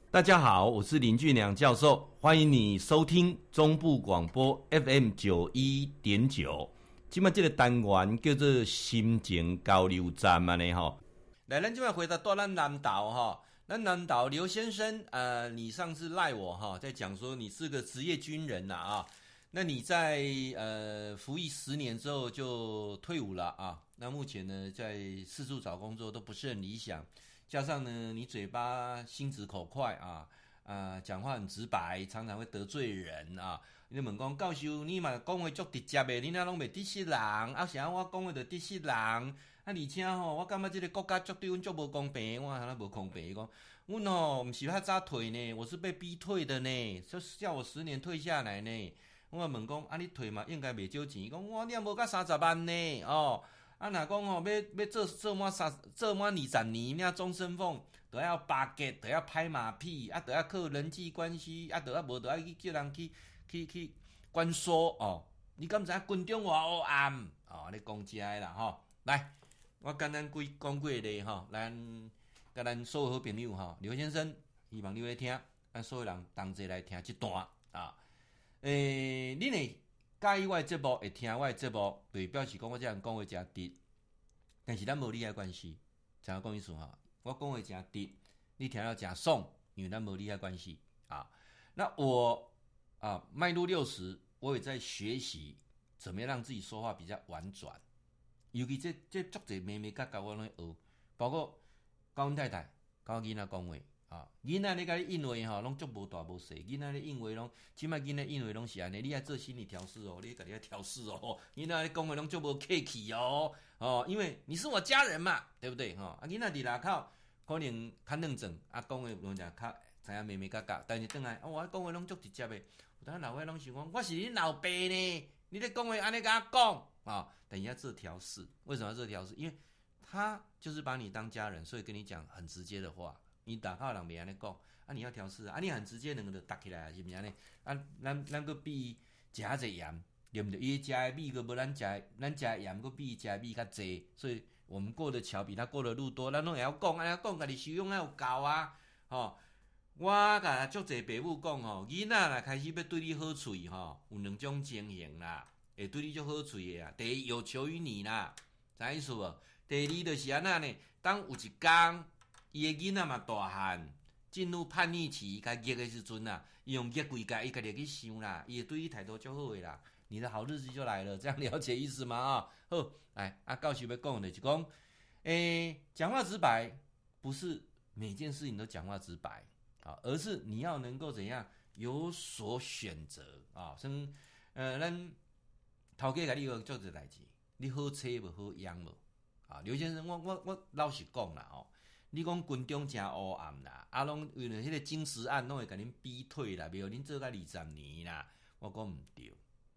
大家好，我是林俊良教授，欢迎你收听中部广播 FM91.9。今麦这个单元叫做心情交流站安尼吼。来，咱今麦回到咱南投哈，咱南投刘先生，你上次赖我哈，在讲说你是个职业军人啊，那你在服役10年之后就退伍了啊。那目前呢，在四处找工作都不是很理想。加上呢，你嘴巴心直口快讲话很直白，常常会得罪人啊。你问讲教授，你嘛讲话足直接的，你哪拢袂得失人？啥我讲话就得失人？而且吼，我感觉这个国家对阮足无公平，我喊他无公平。讲阮吼不是较早退呢，我是被逼退的呢，就是叫我10年退下来呢。我问讲，你退嘛应该袂少钱？讲我念无到30万呢，哦。若讲吼，要做满20年，那终身俸都要巴结，都要拍马屁，都要靠人际关系，都要无都要去叫人去关说哦。你敢知影军中偌黑暗哦？你讲这个啦吼，来，我简单讲几个吼，甲咱所有好朋友吼，刘先生，希望你会听，咱所有人同齐来听这段啊。你呢？介意我的节目，会听我的节目，就表示讲我这样讲话真直，但是咱无利害关系，怎样讲意思哈？我讲话真直，你听了真爽，因为咱无利害关系啊。那我迈入60，我也在学习怎么样让自己说话比较婉转，尤其这足侪妹妹甲我拢学，包括甲阮太太、甲我囡仔讲话。囡仔咧甲你应话吼，拢足无大无细。囡仔咧应话拢，即摆囡仔应话拢是安尼，你爱做心理调试哦，你家己爱调试哦。囡仔咧讲话拢足无客气哦，因为你是我家人嘛，对不对？囡仔伫外口可能较认真，讲话拢较知影妹妹角角，但是转来我讲话拢足直接的。有当老伙拢想讲，我是恁老爸呢，你咧讲话安尼甲我讲等一下做调试，为什么要做调试？因为他就是把你当家人，所以跟你讲很直接的话。你打靠人袂安尼讲，你要调试你很直接两个就搭起来，是毋是安尼？咱个比食较济盐，对不对？伊食的米个无咱食的盐个比伊食的米较济，所以我们过的桥比他过的路多，咱拢会晓讲，安尼讲，家己修养要有够啊！我甲足济爸母讲囡仔啦开始要对你好喙有两种情形啦，会对你足好喙的第一有求于你啦，知意思无？第二就是安那呢？当有一天。伊个囡仔嘛大汉，进入叛逆期，甲激的时阵伊用激规家，伊家己去想啦，伊会对伊态度足好的啦，你的好日子就来了，这样了解意思吗？好，来教授要讲的就是讲，讲话直白，不是每件事情都讲话直白而是你要能够怎样有所选择咱头家甲你做这代志，你好车无好养无刘先生，我老实讲啦你讲军中真黑暗啦，拢为了迄个金石案，拢会甲恁逼退啦，袂互恁做到20年啦。我讲毋对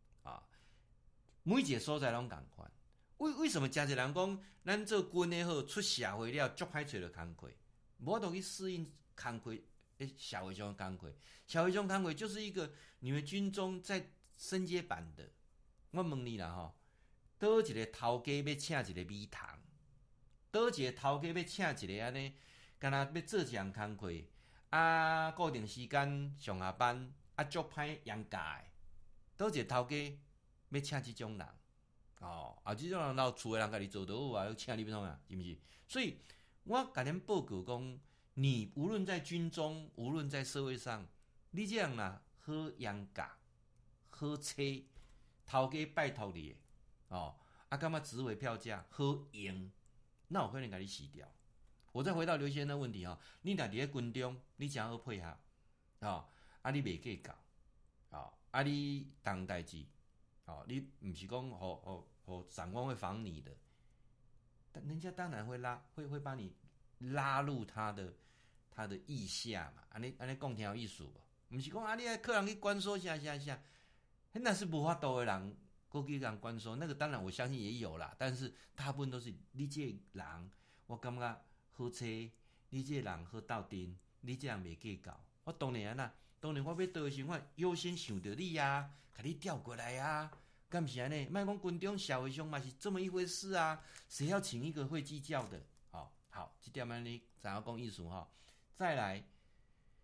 每一个所在拢共款。为什么真侪人讲咱做军的好，出社会了足歹找到工课，无法度去适应工课社会上的工课。社会上工课就是一个你们军中在升阶版的。我问你啦倒一个头家要请一个米虫？倒一个头家要请一个安尼，干那要做一项工课固定时间上下班足歹养家的。倒一个头家要请这种人这种人老厝的人家己做得好要请你要创是不是？所以我甲恁报告讲，你无论在军中，无论在社会上，你这样啦好养家、好车，头家拜托你的感觉值回票价好用。那我可能把你洗掉。我再回到刘先生的问题你若伫咧军中，你真好配合你袂计较你当代志你不是讲长官会防你的，但人家当然会把你拉入他的意下嘛。安尼讲挺有意思无？不是讲你还客人去关说下，那是无法度的人。过去人关说，那个当然我相信也有啦，但是大部分都是你这个人，我感觉好车，你这个人好斗阵，你这样袂计较。我当然我要倒的时候，优先想到你甲你调过来敢不是安尼？莫讲军中社会上嘛是这么一回事谁要请一个会计较的？好，这点你知影讲意思再来，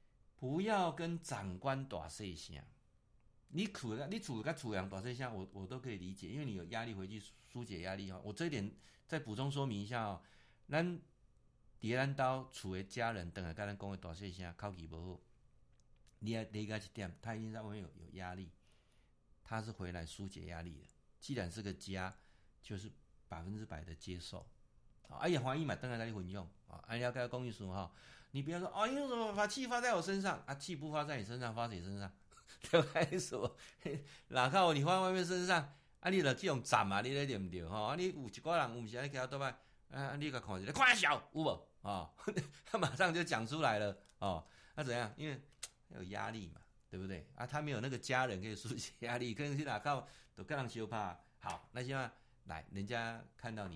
不要跟长官大细声。你厝跟厝人大细声，我都可以理解，因为你有压力回去疏解压力哈。我这一点再补充说明一下哦，咱伫咱兜厝的家人，等下跟咱讲的大细声，口气不好，你要理解一点，他一定在外面有压力，他是回来疏解压力的。既然是个家，就是100%的接受。也欢迎嘛，等下跟你分享啊。你要跟他讲一声哈，你不要说哦，你怎么把气发在我身上啊？气不发在你身上，发谁身上？就开始说，哪靠你发在外面身上啊？你就去用斩啊，你咧对不对？啊，你有一个人，有不是在给他倒摆啊？你给看一下，快小有无？他马上就讲出来了哦。那怎样？因为有压力嘛，对不对？他没有那个家人可以疏解压力，可能去哪靠都跟人相怕。好，那现在来，人家看到你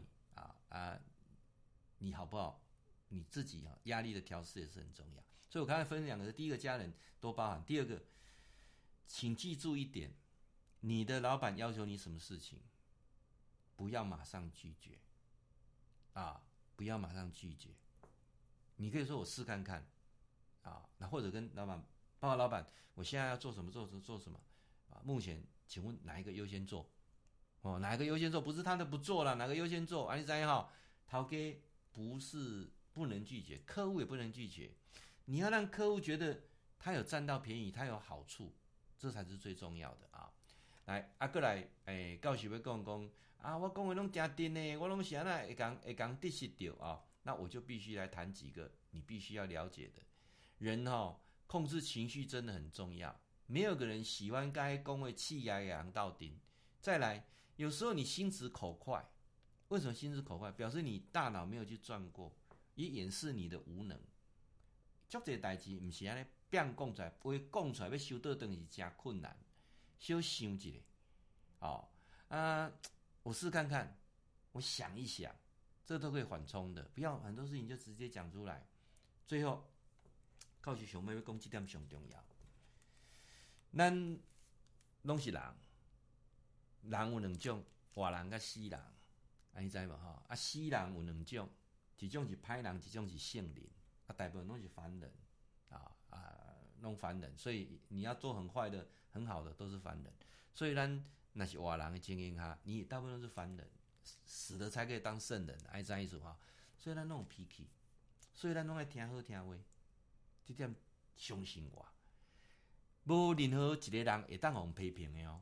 你好不好？你自己压力的调试也是很重要。所以我刚才分两个，第一个家人都包含，第二个，请记住一点，你的老板要求你什么事情，不要马上拒绝不要马上拒绝。你可以说我试看看那或者跟老板报告老板，我现在要做什么做什么目前请问哪一个优先做哪一个优先做，不是他的不做了，哪个优先做你知道头家不是不能拒绝，客户也不能拒绝，你要让客户觉得他有占到便宜，他有好处，这才是最重要的来过来教授要讲我讲的拢正定的，我拢是安那会讲得失到那我就必须来谈几个你必须要了解的。人控制情绪真的很重要，没有个人喜欢刚才讲的气压扬到顶。再来，有时候你心直口快，为什么心直口快？表示你大脑没有去转过，以掩饰你的无能。足多代志不是安尼变讲出来，话讲出来要收到回是真困难。小想一下我试看看，我想一想，这都可以缓冲的。不要很多事情就直接讲出来。最后，教授想要讲这点上重要。咱拢是人，人有两种，活人甲死人，你知无死人有两种，一种是歹人，一种是圣人。大部分都是凡人弄凡人，所以你要做很坏的、很好的都是凡人。所以咱那是活人的经营你大部分都是凡人，死了才可以当圣人，爱知意思所以咱拢有脾气，所以咱拢爱听好听话，这点相信我。无任何一个人会当互批评的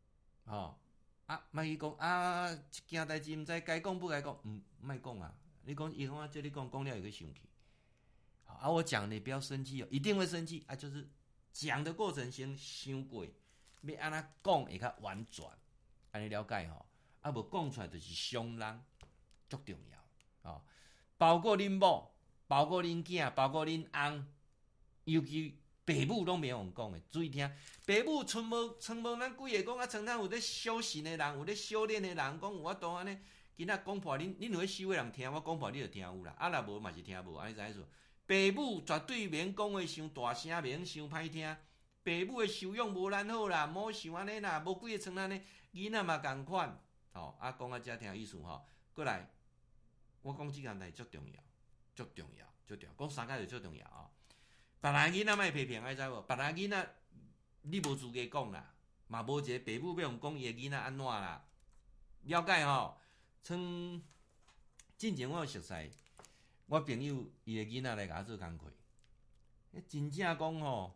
莫去讲一件代志毋知该讲不该讲，莫讲你讲伊讲叫你讲了会去生气。我讲你不要生气一定会生气就是讲的过程先想过，要安怎讲会较婉转，安尼了解无讲出来就是伤人，足重要包括恁某，包括恁囝，包括恁翁，尤其爸母拢袂用讲的，注意听。爸母剩无咱几个讲剩咱有咧修行的人，有咧修炼的人，讲有法度安尼，今仔讲破恁有咧修的人听，我讲破你就听有啦，若无嘛是听无，安尼知影说。爸母绝对免讲话伤大声，免伤歹听。爸母的修养无咱好啦，莫想安尼啦，无几个像安尼，囡仔嘛共款。讲这听意思过来，我讲这件代志足重要，足重要，足重要。讲三个就足重要别人囡仔莫批评，爱知无？别人囡仔你无资格讲啦，嘛无一个爸母要用讲伊的囡仔安怎啦？了解像之前我有熟悉。我朋友伊的囡仔来甲我做工课，真正讲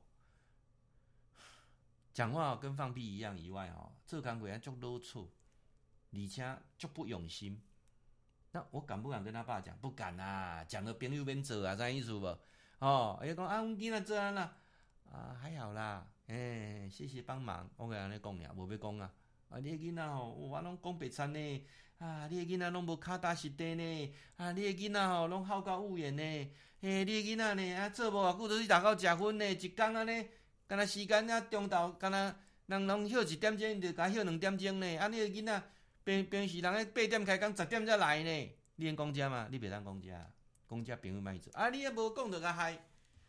讲话跟放屁一样以外做工课足啰嗦，而且足不用心。那我敢不敢跟他爸讲？不敢讲了朋友免做知意思无？伊讲阮囡仔做安啦还好啦，谢谢帮忙，我甲安尼讲尔，无要讲你的囡仔我拢讲白惨呢。你的囡仔拢无脚踏实地呢，你的囡仔拢好高骛远呢，你的囡仔呢做无偌久就去打到食薰呢，一工安尼，干那时间中昼干那人拢休1点钟，就甲休2点钟呢，你的囡仔平时人8点开工，10点才来呢，你能讲这吗？你袂当讲这，讲这朋友莫做你也无讲就甲害。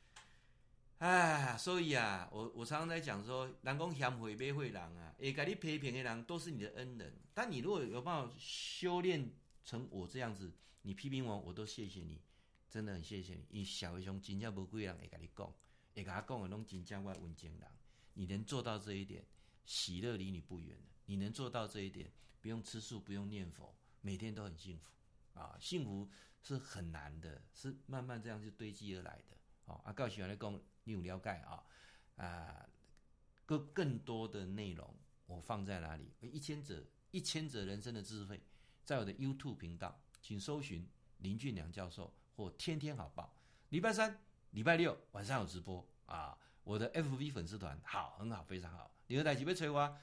所以我常常在讲说，人讲嫌会买会人会给你批评的人都是你的恩人。但你如果有办法修炼成我这样子，你批评我都谢谢你，真的很谢谢你。因为社会上真正无几个人会跟你讲， 会甲我讲的拢真正我文静人。你能做到这一点，喜乐离你不远了。你能做到这一点，不用吃素，不用念佛，每天都很幸福啊！幸福是很难的，是慢慢这样就堆积而来的。啊，告诉你来讲，你有了解啊？更多的内容我放在哪里？1000则人生的智慧，在我的 YouTube 频道，请搜寻林俊良教授或天天好报。礼拜三、礼拜六晚上有直播啊！我的 FB 粉丝团很好，非常好。你有代志要找我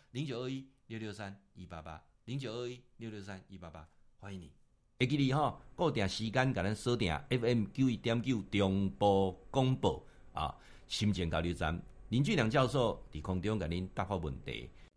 ，0921-663-188，0921-663-188，欢迎你。会记你固定时间给咱锁定 FM 91.9中部广播啊，心情交流站。林俊良教授在空中给您答复问题。